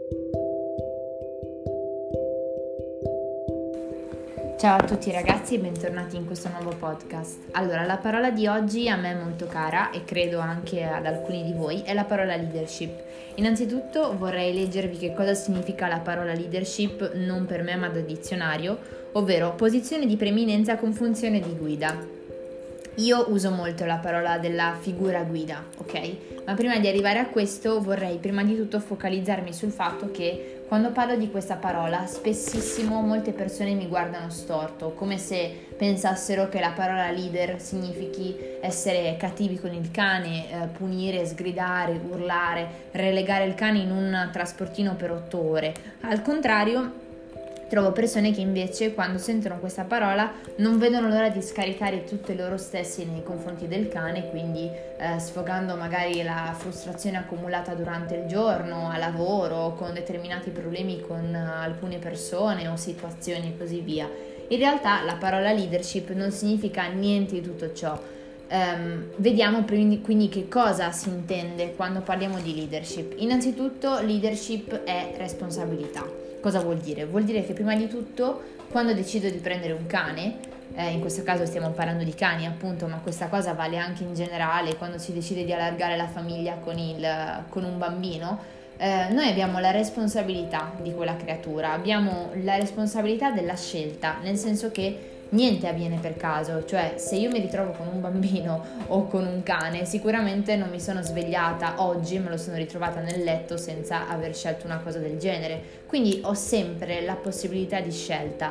Ciao a tutti ragazzi e bentornati in questo nuovo podcast. Allora, la parola di oggi a me è molto cara e credo anche ad alcuni di voi, è la parola leadership. Innanzitutto vorrei leggervi che cosa significa la parola leadership non per me ma da dizionario, ovvero posizione di preeminenza con funzione di guida. Io uso molto la parola della figura guida, ok? Ma prima di arrivare a questo vorrei prima di tutto focalizzarmi sul fatto che quando parlo di questa parola spessissimo molte persone mi guardano storto, come se pensassero che la parola leader significhi essere cattivi con il cane, punire, sgridare, urlare, relegare il cane in un trasportino per 8 ore. Al contrario, trovo persone che invece quando sentono questa parola non vedono l'ora di scaricare tutte loro stessi nei confronti del cane, quindi sfogando magari la frustrazione accumulata durante il giorno, a lavoro, con determinati problemi con alcune persone o situazioni e così via. In realtà la parola leadership non significa niente di tutto ciò. Vediamo quindi che cosa si intende quando parliamo di leadership. Innanzitutto leadership è responsabilità. Cosa vuol dire? Vuol dire che prima di tutto quando decido di prendere un cane, in questo caso stiamo parlando di cani appunto, ma questa cosa vale anche in generale quando si decide di allargare la famiglia con un bambino, noi abbiamo la responsabilità di quella creatura, abbiamo la responsabilità della scelta, nel senso che niente avviene per caso, cioè se io mi ritrovo con un bambino o con un cane sicuramente non mi sono svegliata oggi, me lo sono ritrovata nel letto senza aver scelto una cosa del genere, quindi ho sempre la possibilità di scelta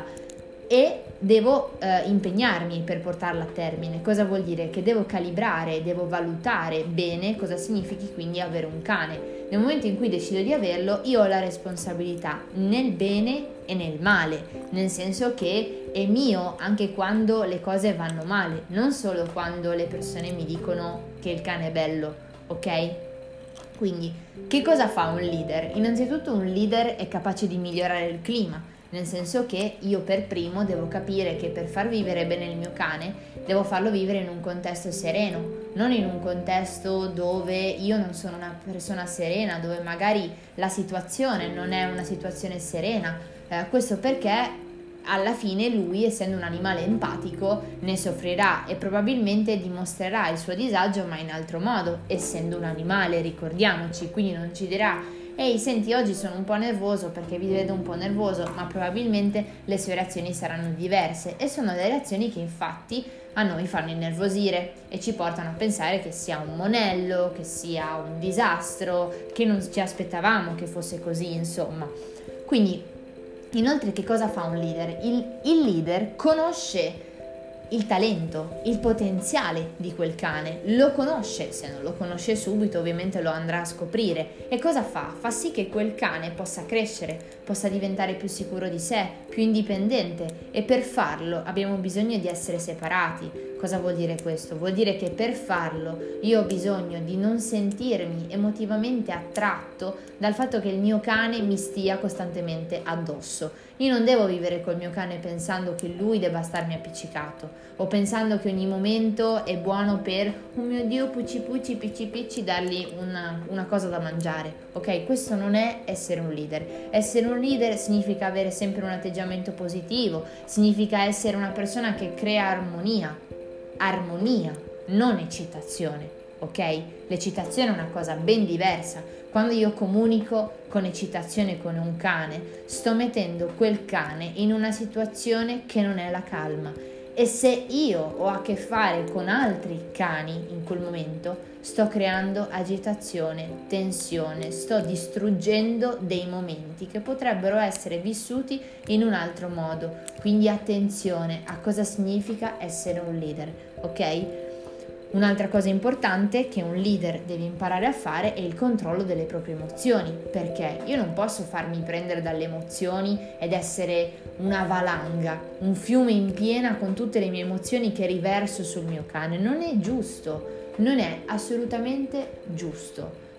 e devo impegnarmi per portarla a termine. Cosa vuol dire? Che devo calibrare, devo valutare bene cosa significhi quindi avere un cane. Nel momento in cui decido di averlo, io ho la responsabilità nel bene e nel male, nel senso che è mio anche quando le cose vanno male, non solo quando le persone mi dicono che il cane è bello, ok? Quindi, che cosa fa un leader? Innanzitutto un leader è capace di migliorare il clima, nel senso che io per primo devo capire che per far vivere bene il mio cane devo farlo vivere in un contesto sereno, non in un contesto dove io non sono una persona serena, dove magari la situazione non è una situazione serena. Questo perché alla fine lui, essendo un animale empatico, ne soffrirà e probabilmente dimostrerà il suo disagio, ma in altro modo, essendo un animale, ricordiamoci, quindi non ci dirà ehi, senti, oggi sono un po' nervoso perché vi vedo un po' nervoso, ma probabilmente le sue reazioni saranno diverse e sono le reazioni che infatti a noi fanno innervosire e ci portano a pensare che sia un monello, che sia un disastro, che non ci aspettavamo che fosse così, insomma. Quindi, inoltre, che cosa fa un leader? Il leader conosce il talento, il potenziale di quel cane, lo conosce, se non lo conosce subito ovviamente lo andrà a scoprire e cosa fa? Fa sì che quel cane possa crescere, possa diventare più sicuro di sé, più indipendente e per farlo abbiamo bisogno di essere separati. Cosa vuol dire questo? Vuol dire che per farlo io ho bisogno di non sentirmi emotivamente attratto dal fatto che il mio cane mi stia costantemente addosso. Io non devo vivere col mio cane pensando che lui debba starmi appiccicato o pensando che ogni momento è buono per, oh mio Dio, pucci pucci, picci picci, dargli una cosa da mangiare, ok? Questo non è essere un leader. Essere un leader significa avere sempre un atteggiamento positivo, significa essere una persona che crea armonia, non eccitazione, ok? L'eccitazione è una cosa ben diversa. Quando io comunico con eccitazione con un cane, sto mettendo quel cane in una situazione che non è la calma. E se io ho a che fare con altri cani in quel momento, sto creando agitazione, tensione, sto distruggendo dei momenti che potrebbero essere vissuti in un altro modo. Quindi attenzione a cosa significa essere un leader, ok? Un'altra cosa importante che un leader deve imparare a fare è il controllo delle proprie emozioni, perché io non posso farmi prendere dalle emozioni ed essere una valanga, un fiume in piena con tutte le mie emozioni che riverso sul mio cane. Non è giusto, non è assolutamente giusto.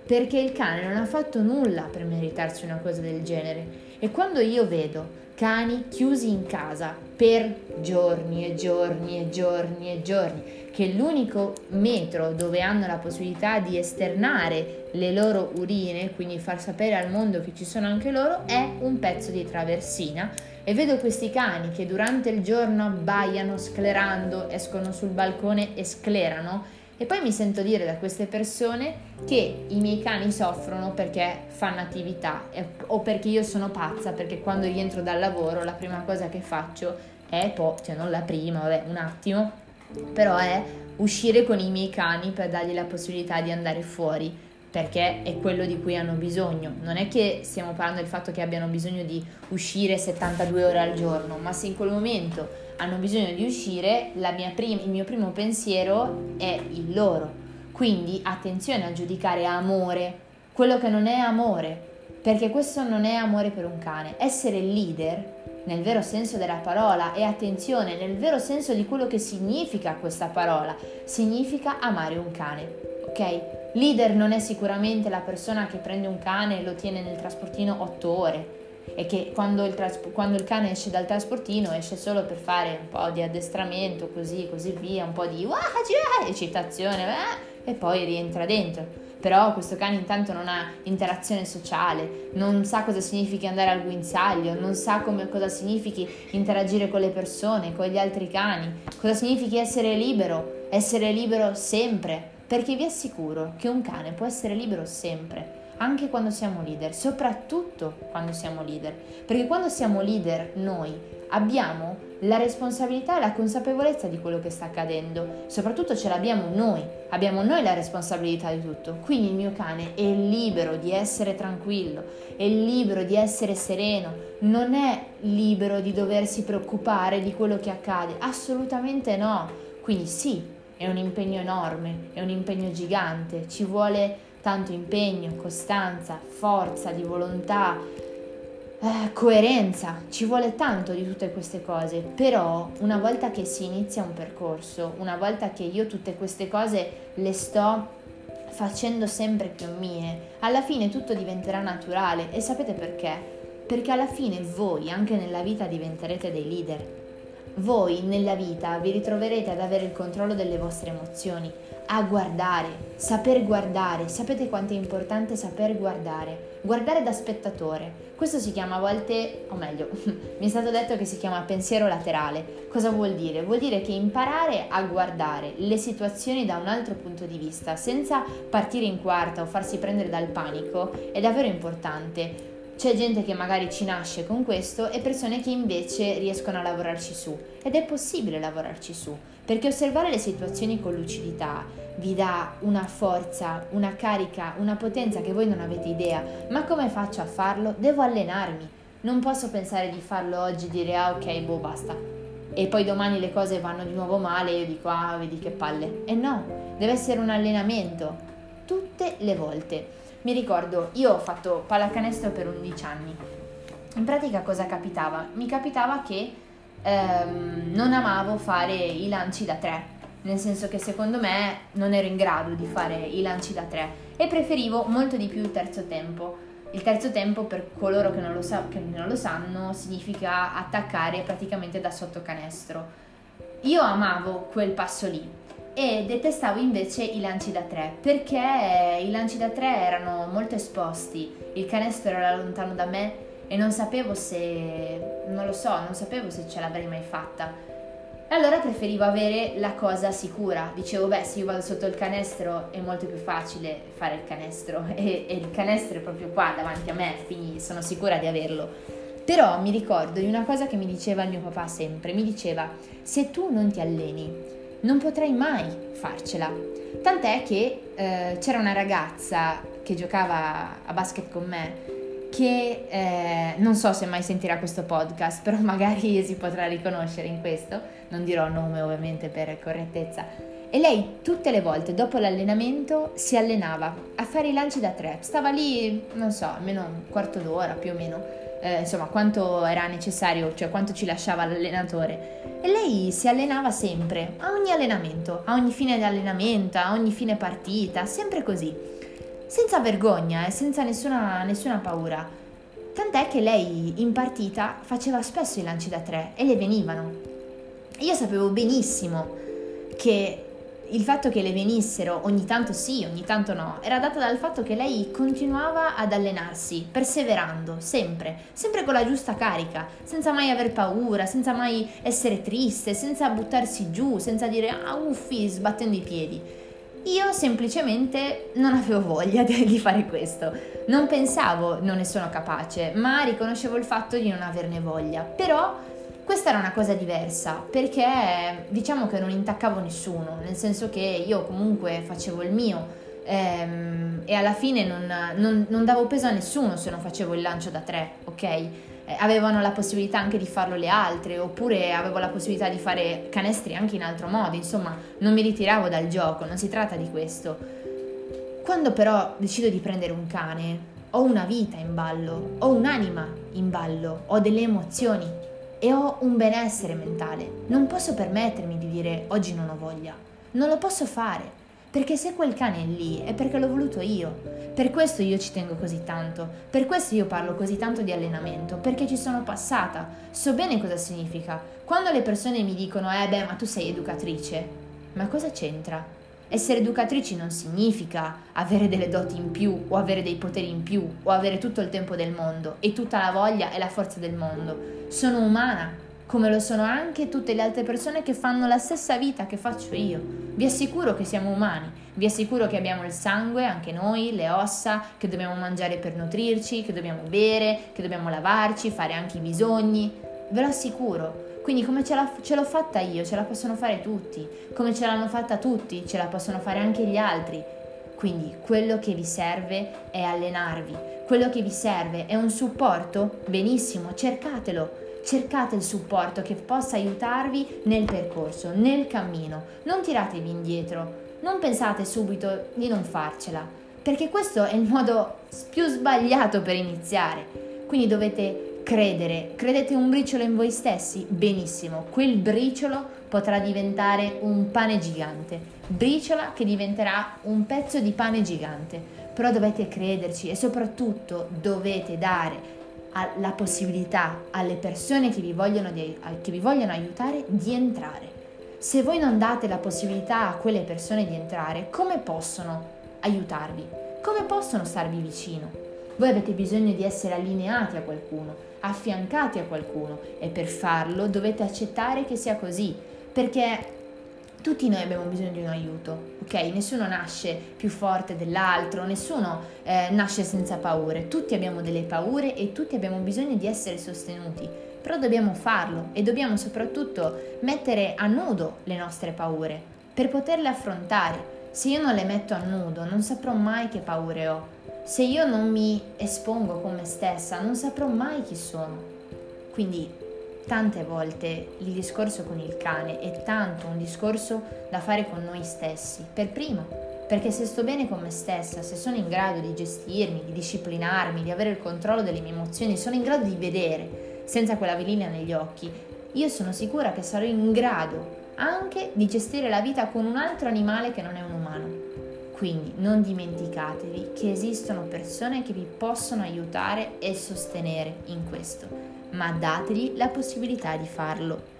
perché il cane non ha fatto nulla per meritarsi una cosa del genere. E quando io vedo cani chiusi in casa per giorni e giorni e giorni e giorni, che l'unico metro dove hanno la possibilità di esternare le loro urine, quindi far sapere al mondo che ci sono anche loro, è un pezzo di traversina, e vedo questi cani che durante il giorno abbaiano sclerando, escono sul balcone e sclerano, e poi mi sento dire da queste persone che i miei cani soffrono perché fanno attività o perché io sono pazza, perché quando rientro dal lavoro la prima cosa che faccio è cioè non la prima, vabbè, un attimo, però è uscire con i miei cani per dargli la possibilità di andare fuori, perché è quello di cui hanno bisogno. Non è che stiamo parlando del fatto che abbiano bisogno di uscire 72 ore al giorno, ma se in quel momento hanno bisogno di uscire, il mio primo pensiero è il loro. Quindi attenzione a giudicare amore quello che non è amore, perché questo non è amore per un cane. Essere leader nel vero senso della parola, e attenzione, nel vero senso di quello che significa questa parola, significa amare un cane, ok? Leader non è sicuramente la persona che prende un cane e lo tiene nel trasportino 8 ore e che quando il cane esce dal trasportino esce solo per fare un po' di addestramento, così via, un po' di eccitazione, e poi rientra dentro. Però questo cane intanto non ha interazione sociale, non sa cosa significhi andare al guinzaglio, non sa cosa significhi interagire con le persone, con gli altri cani, cosa significhi essere libero sempre, perché vi assicuro che un cane può essere libero sempre, anche quando siamo leader, soprattutto quando siamo leader, perché quando siamo leader noi abbiamo la responsabilità e la consapevolezza di quello che sta accadendo, soprattutto ce l'abbiamo abbiamo noi la responsabilità di tutto, quindi il mio cane è libero di essere tranquillo, è libero di essere sereno, non è libero di doversi preoccupare di quello che accade, assolutamente no, quindi sì, è un impegno enorme, è un impegno gigante, ci vuole tanto impegno, costanza, forza di volontà, coerenza, ci vuole tanto di tutte queste cose, però una volta che si inizia un percorso, una volta che io tutte queste cose le sto facendo sempre più mie, alla fine tutto diventerà naturale. E sapete perché? Perché alla fine voi anche nella vita diventerete dei leader. Voi nella vita vi ritroverete ad avere il controllo delle vostre emozioni, a guardare, saper guardare. Sapete quanto è importante saper guardare da spettatore. Questo si chiama a volte, o meglio, mi è stato detto che si chiama pensiero laterale. Cosa vuol dire? Vuol dire che imparare a guardare le situazioni da un altro punto di vista, senza partire in quarta o farsi prendere dal panico, è davvero importante. C'è gente che magari ci nasce con questo e persone che invece riescono a lavorarci su. Ed è possibile lavorarci su, perché osservare le situazioni con lucidità vi dà una forza, una carica, una potenza che voi non avete idea. Ma come faccio a farlo? Devo allenarmi. Non posso pensare di farlo oggi e dire ok, basta. E poi domani le cose vanno di nuovo male e io dico vedi che palle. E no, deve essere un allenamento, tutte le volte. Mi ricordo, io ho fatto pallacanestro per 11 anni. In pratica cosa capitava? Mi capitava che non amavo fare i lanci da 3, nel senso che secondo me non ero in grado di fare i lanci da 3 e preferivo molto di più il terzo tempo. Il terzo tempo, per coloro che non lo sanno, significa attaccare praticamente da sotto canestro. Io amavo quel passo lì e detestavo invece i lanci da 3, perché i lanci da 3 erano molto esposti, il canestro era lontano da me e non sapevo se ce l'avrei mai fatta. E allora preferivo avere la cosa sicura. Dicevo, se io vado sotto il canestro è molto più facile fare il canestro e il canestro è proprio qua davanti a me, quindi sono sicura di averlo. Però mi ricordo di una cosa che mi diceva il mio papà sempre, mi diceva: se tu non ti alleni non potrai mai farcela. Tant'è che c'era una ragazza che giocava a basket con me che non so se mai sentirà questo podcast, però magari si potrà riconoscere in questo, non dirò nome ovviamente per correttezza. E lei tutte le volte dopo l'allenamento si allenava a fare i lanci da 3, stava lì, non so, almeno un quarto d'ora più o meno, insomma quanto era necessario, cioè quanto ci lasciava l'allenatore, e lei si allenava sempre, a ogni allenamento, a ogni fine di allenamento, a ogni fine partita, sempre così. senza vergogna e senza nessuna paura. Tant'è che lei in partita faceva spesso i lanci da 3 e le venivano. E io sapevo benissimo che il fatto che le venissero ogni tanto sì, ogni tanto no, era dato dal fatto che lei continuava ad allenarsi, perseverando, sempre con la giusta carica, senza mai aver paura, senza mai essere triste, senza buttarsi giù, senza dire ah uffi, sbattendo i piedi. Io semplicemente non avevo voglia di fare questo, non pensavo non ne sono capace, ma riconoscevo il fatto di non averne voglia, però questa era una cosa diversa perché diciamo che non intaccavo nessuno, nel senso che io comunque facevo il mio e alla fine non davo peso a nessuno se non facevo il lancio da 3, ok? Avevano la possibilità anche di farlo le altre, oppure avevo la possibilità di fare canestri anche in altro modo, insomma non mi ritiravo dal gioco, non si tratta di questo. Quando però decido di prendere un cane, ho una vita in ballo, ho un'anima in ballo, ho delle emozioni e ho un benessere mentale. Non posso permettermi di dire oggi non ho voglia, non lo posso fare. Perché se quel cane è lì è perché l'ho voluto io. Per questo io ci tengo così tanto. Per questo io parlo così tanto di allenamento. Perché ci sono passata. So bene cosa significa. Quando le persone mi dicono ma tu sei educatrice. Ma cosa c'entra? Essere educatrici non significa avere delle doti in più o avere dei poteri in più o avere tutto il tempo del mondo e tutta la voglia e la forza del mondo. Sono umana, come lo sono anche tutte le altre persone che fanno la stessa vita che faccio io. Vi assicuro che siamo umani, vi assicuro che abbiamo il sangue, anche noi, le ossa, che dobbiamo mangiare per nutrirci, che dobbiamo bere, che dobbiamo lavarci, fare anche i bisogni. Ve lo assicuro. Quindi come ce l'ho fatta io, ce la possono fare tutti. Come ce l'hanno fatta tutti, ce la possono fare anche gli altri. Quindi quello che vi serve è allenarvi. Quello che vi serve è un supporto? Benissimo, cercatelo. Cercate il supporto che possa aiutarvi nel percorso, nel cammino. Non tiratevi indietro. Non pensate subito di non farcela, perché questo è il modo più sbagliato per iniziare. Quindi dovete credete un briciolo in voi stessi? Benissimo, quel briciolo potrà diventare un pane gigante, briciola che diventerà un pezzo di pane gigante, però dovete crederci e soprattutto dovete dare la possibilità alle persone che vi vogliono aiutare di entrare. Se voi non date la possibilità a quelle persone di entrare, come possono aiutarvi? Come possono starvi vicino? Voi avete bisogno di essere allineati a qualcuno, affiancati a qualcuno e per farlo dovete accettare che sia così, perché tutti noi abbiamo bisogno di un aiuto, ok? Nessuno nasce più forte dell'altro, nessuno nasce senza paure, tutti abbiamo delle paure e tutti abbiamo bisogno di essere sostenuti, però dobbiamo farlo e dobbiamo soprattutto mettere a nudo le nostre paure per poterle affrontare. Se io non le metto a nudo non saprò mai che paure ho. Se io non mi espongo con me stessa, non saprò mai chi sono. Quindi, tante volte il discorso con il cane è tanto un discorso da fare con noi stessi, per primo, perché se sto bene con me stessa, se sono in grado di gestirmi, di disciplinarmi, di avere il controllo delle mie emozioni, sono in grado di vedere senza quella velina negli occhi, io sono sicura che sarò in grado anche di gestire la vita con un altro animale che non è un umano. Quindi non dimenticatevi che esistono persone che vi possono aiutare e sostenere in questo, ma dategli la possibilità di farlo.